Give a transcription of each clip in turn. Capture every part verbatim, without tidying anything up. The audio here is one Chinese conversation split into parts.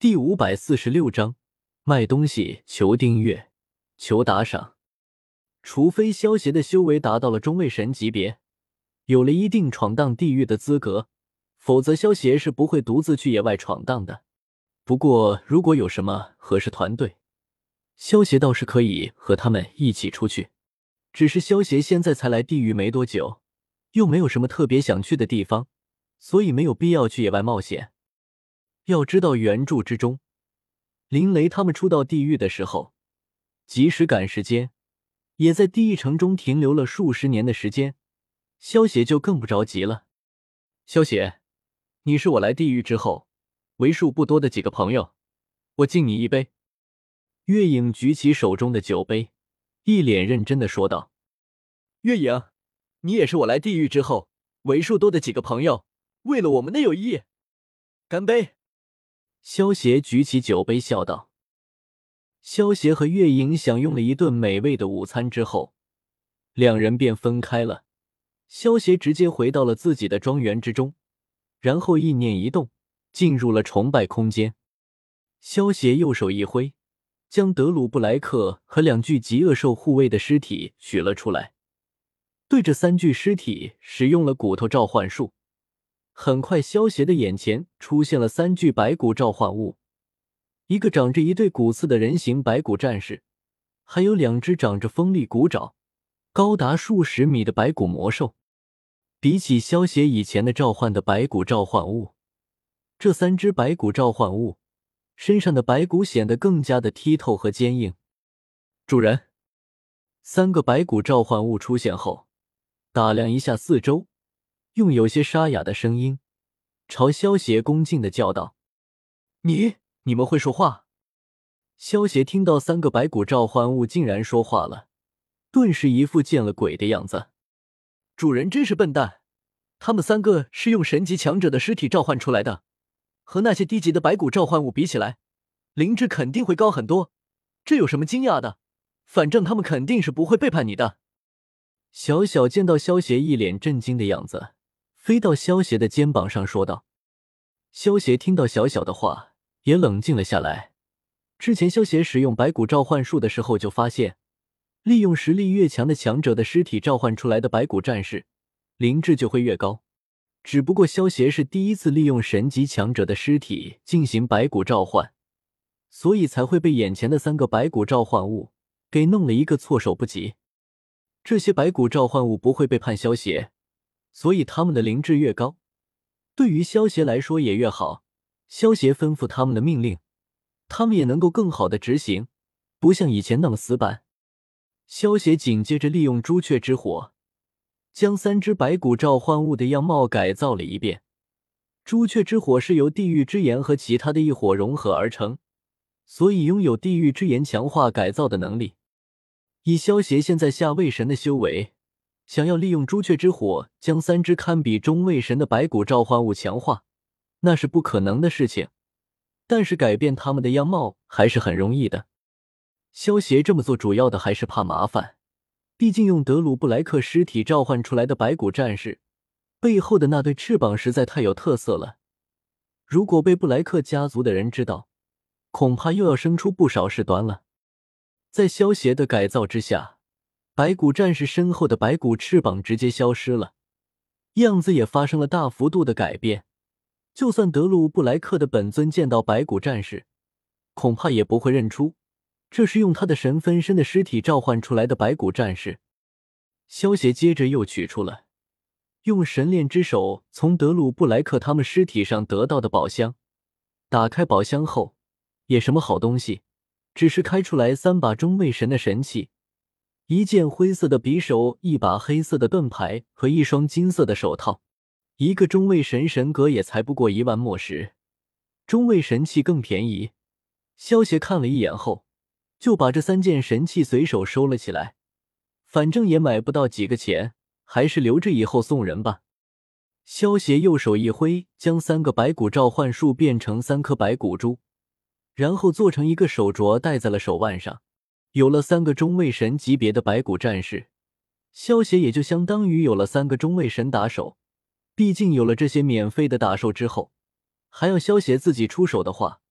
第五百四十六章卖东西求订阅求打赏。除非萧协的修为达到了中位神级别，有了一定闯荡地狱的资格，否则萧协是不会独自去野外闯荡的。不过如果有什么合适团队，萧协倒是可以和他们一起出去。只是萧协现在才来地狱没多久，又没有什么特别想去的地方，所以没有必要去野外冒险。要知道原著之中，林雷他们初到地狱的时候，即使赶时间，也在地狱城中停留了数十年的时间，萧协就更不着急了。萧协，你是我来地狱之后为数不多的几个朋友，我敬你一杯。月影举起手中的酒杯，一脸认真地说道。月影，你也是我来地狱之后为数多的几个朋友，为了我们的友谊，干杯！萧协举起酒杯笑道。萧协和月影享用了一顿美味的午餐之后，两人便分开了。萧协直接回到了自己的庄园之中，然后意念一动，进入了崇拜空间。萧协右手一挥，将德鲁布莱克和两具极恶兽护卫的尸体取了出来，对着三具尸体使用了骨头召唤术。很快萧协的眼前出现了三具白骨召唤物，一个长着一对骨刺的人形白骨战士，还有两只长着锋利骨爪高达数十米的白骨魔兽。比起萧协以前的召唤的白骨召唤物，这三只白骨召唤物身上的白骨显得更加的剔透和坚硬。主人，三个白骨召唤物出现后，打量一下四周，用有些沙哑的声音朝萧协恭敬地叫道：你你们会说话？萧协听到三个白骨召唤物竟然说话了，顿时一副见了鬼的样子。主人真是笨蛋，他们三个是用神级强者的尸体召唤出来的，和那些低级的白骨召唤物比起来，灵智肯定会高很多，这有什么惊讶的？反正他们肯定是不会背叛你的。小小见到萧协一脸震惊的样子，飞到萧协的肩膀上说道。萧协听到小小的话，也冷静了下来。之前萧协使用白骨召唤术的时候就发现，利用实力越强的强者的尸体召唤出来的白骨战士，灵智就会越高。只不过萧协是第一次利用神级强者的尸体进行白骨召唤，所以才会被眼前的三个白骨召唤物给弄了一个措手不及。这些白骨召唤物不会背叛萧协，所以他们的灵智越高，对于萧协来说也越好。萧协吩咐他们的命令，他们也能够更好的执行，不像以前那么死板。萧协紧接着利用朱雀之火，将三只白骨召唤物的样貌改造了一遍。朱雀之火是由地狱之炎和其他的异火融合而成，所以拥有地狱之炎强化改造的能力。以萧协现在下位神的修为，想要利用朱雀之火将三只堪比中位神的白骨召唤物强化，那是不可能的事情，但是改变他们的样貌还是很容易的。萧协这么做主要的还是怕麻烦，毕竟用德鲁布莱克尸体召唤出来的白骨战士背后的那对翅膀实在太有特色了，如果被布莱克家族的人知道，恐怕又要生出不少事端了。在萧协的改造之下，白骨战士身后的白骨翅膀直接消失了，样子也发生了大幅度的改变。就算德鲁布莱克的本尊见到白骨战士，恐怕也不会认出这是用他的神分身的尸体召唤出来的白骨战士。萧协接着又取出了用神炼之手从德鲁布莱克他们尸体上得到的宝箱，打开宝箱后也什么好东西，只是开出来三把中位神的神器，一件灰色的匕首，一把黑色的盾牌和一双金色的手套。一个中位神神格也才不过一万墨石，中位神器更便宜。萧协看了一眼后，就把这三件神器随手收了起来，反正也买不到几个钱，还是留着以后送人吧。萧协右手一挥，将三个白骨召唤术变成三颗白骨珠，然后做成一个手镯戴在了手腕上。有了三个中位神级别的白骨战士，萧协也就相当于有了三个中位神打手。毕竟有了这些免费的打手之后，还要萧协自己出手的话，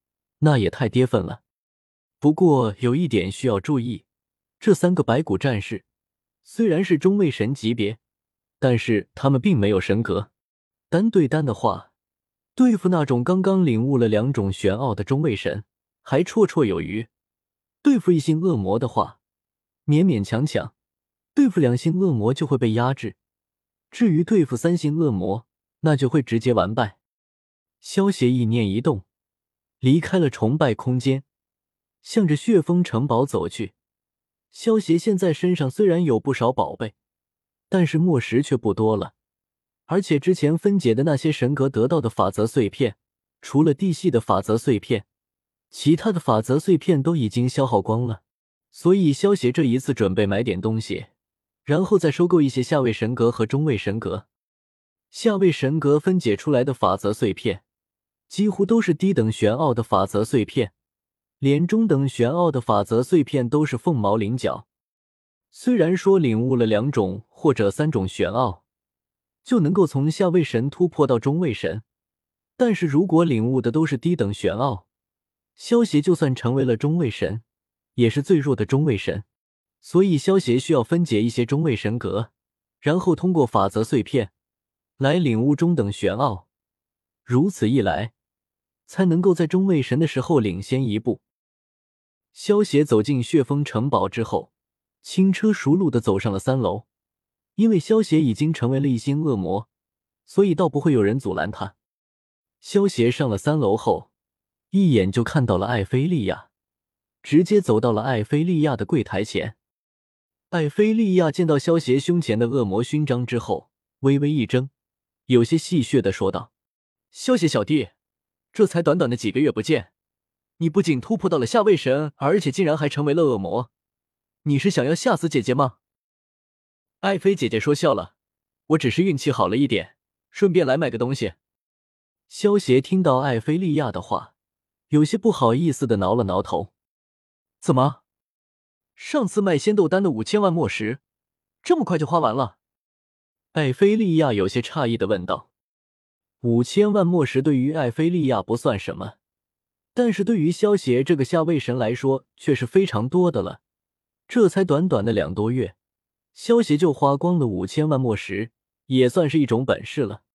那也太跌份了。不过有一点需要注意，这三个白骨战士虽然是中位神级别，但是他们并没有神格。单对单的话，对付那种刚刚领悟了两种玄奥的中位神还绰绰有余，对付一星恶魔的话勉勉强强，对付两星恶魔就会被压制，至于对付三星恶魔，那就会直接完败。萧协意念一动，离开了崇拜空间，向着血峰城堡走去。萧协现在身上虽然有不少宝贝，但是墨石却不多了，而且之前分解的那些神格得到的法则碎片，除了地系的法则碎片，其他的法则碎片都已经消耗光了。所以萧协这一次准备买点东西，然后再收购一些下位神格和中位神格。下位神格分解出来的法则碎片几乎都是低等玄奥的法则碎片，连中等玄奥的法则碎片都是凤毛麟角。虽然说领悟了两种或者三种玄奥就能够从下位神突破到中位神，但是如果领悟的都是低等玄奥，萧协就算成为了中位神也是最弱的中位神。所以萧协需要分解一些中位神格，然后通过法则碎片来领悟中等玄奥，如此一来才能够在中位神的时候领先一步。萧协走进血峰城堡之后，轻车熟路地走上了三楼。因为萧协已经成为了一星恶魔，所以倒不会有人阻拦他。萧协上了三楼后，一眼就看到了艾菲利亚，直接走到了艾菲利亚的柜台前。艾菲利亚见到萧协胸前的恶魔勋章之后，微微一怔，有些戏谑地说道：萧协小弟，这才短短的几个月不见，你不仅突破到了下位神，而且竟然还成为了恶魔，你是想要吓死姐姐吗？艾菲姐姐说笑了，我只是运气好了一点，顺便来买个东西。萧协听到艾菲利亚的话，有些不好意思地挠了挠头。怎么？上次卖仙豆丹的五千万墨石，这么快就花完了？艾菲利亚有些诧异地问道。五千万墨石对于艾菲利亚不算什么，但是对于萧协这个下位神来说却是非常多的了。这才短短的两多月，萧协就花光了五千万墨石，也算是一种本事了。